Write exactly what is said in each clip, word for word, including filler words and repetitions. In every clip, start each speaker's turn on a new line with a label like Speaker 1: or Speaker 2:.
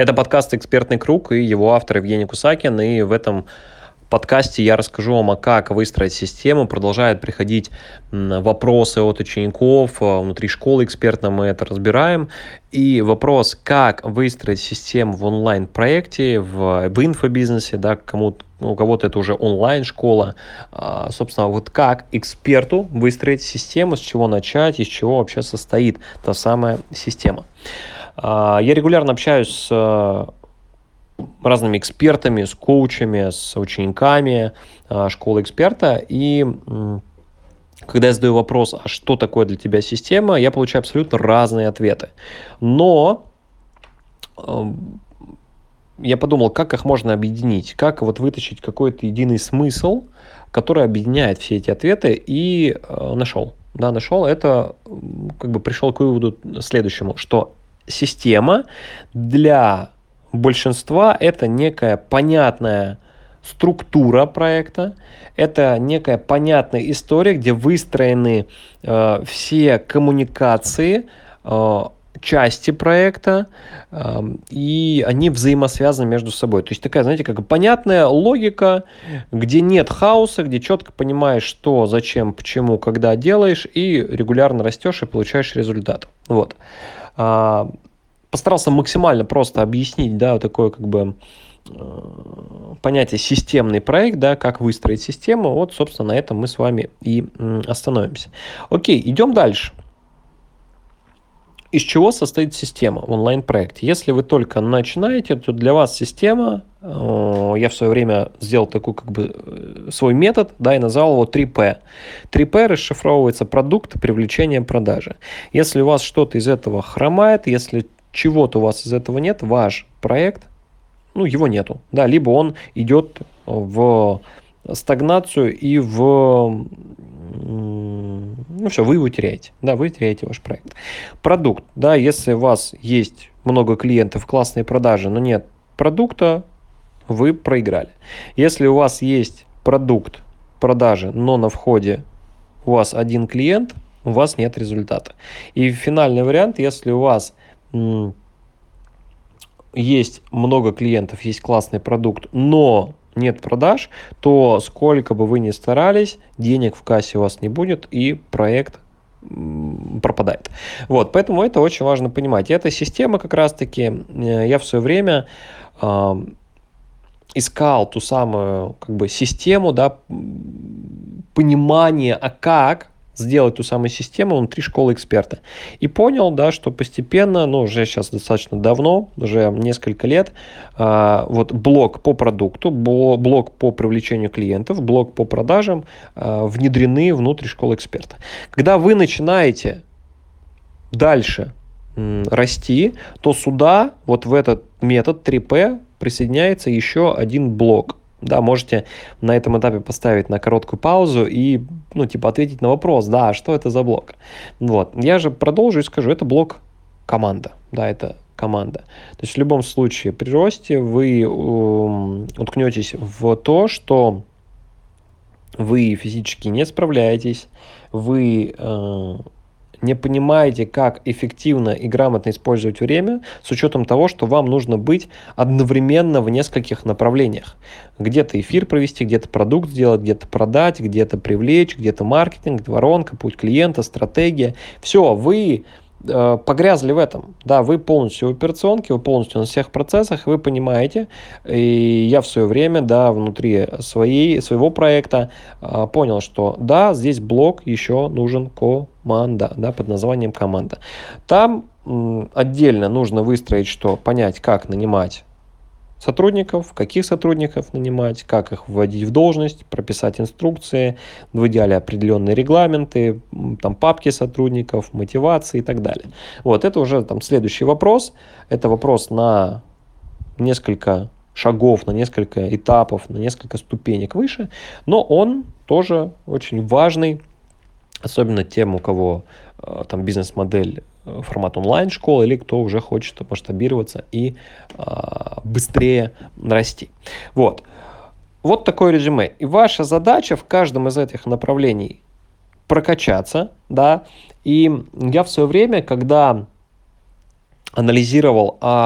Speaker 1: Это подкаст «Экспертный круг» и его автор Евгений Кусакин. И в этом подкасте я расскажу вам, а как выстроить систему. Продолжают приходить вопросы от учеников. Внутри школы экспертно мы это разбираем. И вопрос, как выстроить систему в онлайн-проекте, в, в инфобизнесе, да, кому у кого-то это уже онлайн-школа. А, собственно, вот как эксперту выстроить систему, с чего начать, из чего вообще состоит та самая система. Я регулярно общаюсь с разными экспертами, с коучами, с учениками школы эксперта. И когда я задаю вопрос, а что такое для тебя система, я получаю абсолютно разные ответы. Но я подумал, как их можно объединить, как вот вытащить какой-то единый смысл, который объединяет все эти ответы, и нашел. Да, нашел. Это как бы пришел к выводу следующему, что система для большинства это некая понятная структура проекта, это некая понятная история, где выстроены э, все коммуникации, э, части проекта, э, и они взаимосвязаны между собой. То есть такая, знаете, как понятная логика, где нет хаоса, где четко понимаешь, что, зачем, почему, когда делаешь, и регулярно растешь и получаешь результат. Вот. Постарался максимально просто объяснить, да, вот такое как бы понятие системный проект, да, как выстроить систему. Вот, собственно, на этом мы с вами и остановимся. Окей, идем дальше. Из чего состоит система в онлайн-проекте? Если вы только начинаете, то для вас система, я в свое время сделал такой как бы свой метод, да, и назвал его три пэ. три пэ расшифровывается: продукт, привлечение, продажи. Если у вас что-то из этого хромает, если чего-то у вас из этого нет, ваш проект, ну, его нету, да, либо он идет в стагнацию и в... Ну все, вы его теряете, да, вы теряете ваш проект. Продукт, да, если у вас есть много клиентов, классные продажи, но нет продукта, вы проиграли. Если у вас есть продукт, продажи, но на входе у вас один клиент, у вас нет результата. И финальный вариант, если у вас м- есть много клиентов, есть классный продукт, но нет продаж, то сколько бы вы ни старались, денег в кассе у вас не будет, и проект пропадает. Вот, поэтому это очень важно понимать. И эта система как раз-таки, я в свое время э, искал ту самую как бы систему, да, понимание, а как сделать ту самую систему внутри школы эксперта. И понял, да, что постепенно, ну, уже сейчас достаточно давно, уже несколько лет, э, вот блок по продукту, блок по привлечению клиентов, блок по продажам э, внедрены внутрь школы эксперта. Когда вы начинаете дальше м, расти, то сюда, вот в этот метод три пэ присоединяется еще один блок. Да, можете на этом этапе поставить на короткую паузу и, ну, типа, ответить на вопрос, да, что это за блок. Вот, я же продолжу и скажу, это блок команда, да, это команда. То есть в любом случае при росте вы э, уткнетесь в то, что вы физически не справляетесь, вы... Э, не понимаете, как эффективно и грамотно использовать время, с учетом того, что вам нужно быть одновременно в нескольких направлениях. Где-то эфир провести, где-то продукт сделать, где-то продать, где-то привлечь, где-то маркетинг, воронка, путь клиента, стратегия. Все, вы э, погрязли в этом. Да, вы полностью в операционке, вы полностью на всех процессах, вы понимаете. И я в свое время, да, внутри своей, своего проекта э, понял, что да, здесь блок еще нужен команда, да, под названием команда. Там м, отдельно нужно выстроить, что понять, как нанимать сотрудников, каких сотрудников нанимать, как их вводить в должность, прописать инструкции, в идеале определенные регламенты, там папки сотрудников, мотивации и так далее. Вот это уже там следующий вопрос. Это вопрос на несколько шагов, на несколько этапов, на несколько ступенек выше, но он тоже очень важный, особенно тем, у кого э, там бизнес-модель э, формат онлайн-школы, или кто уже хочет масштабироваться и э, быстрее расти. Вот. Вот такое резюме. И ваша задача в каждом из этих направлений прокачаться, да. И я в свое время, когда анализировал, а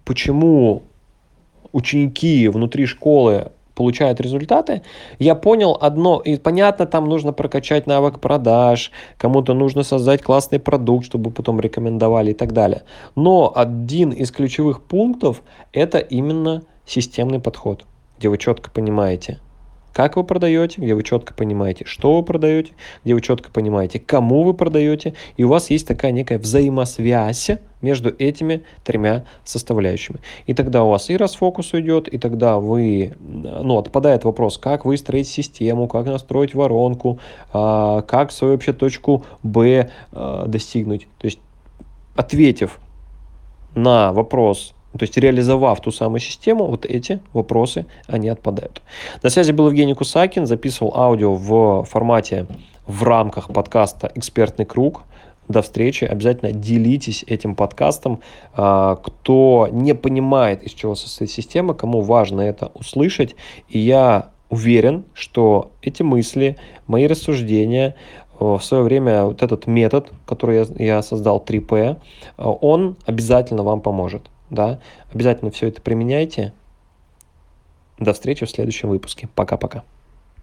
Speaker 1: почему ученики внутри школы получают результаты, я понял одно, и понятно, там нужно прокачать навык продаж, кому-то нужно создать классный продукт, чтобы потом рекомендовали и так далее. Но один из ключевых пунктов – это именно системный подход, где вы четко понимаете, как вы продаете, где вы четко понимаете, что вы продаете, где вы четко понимаете, кому вы продаете, и у вас есть такая некая взаимосвязь между этими тремя составляющими. И тогда у вас и расфокус уйдет, и тогда вы, ну, отпадает вопрос, как выстроить систему, как настроить воронку, как свою вообще точку Б достигнуть. То есть, ответив на вопрос, то есть реализовав ту самую систему, вот эти вопросы, они отпадают. На связи был Евгений Кусакин, записывал аудио в формате, в рамках подкаста «Экспертный круг». До встречи. Обязательно делитесь этим подкастом. Кто не понимает, из чего состоит система, кому важно это услышать. И я уверен, что эти мысли, мои рассуждения, в свое время вот этот метод, который я, я создал, три пэ, он обязательно вам поможет. Да? Обязательно все это применяйте. До встречи в следующем выпуске. Пока-пока.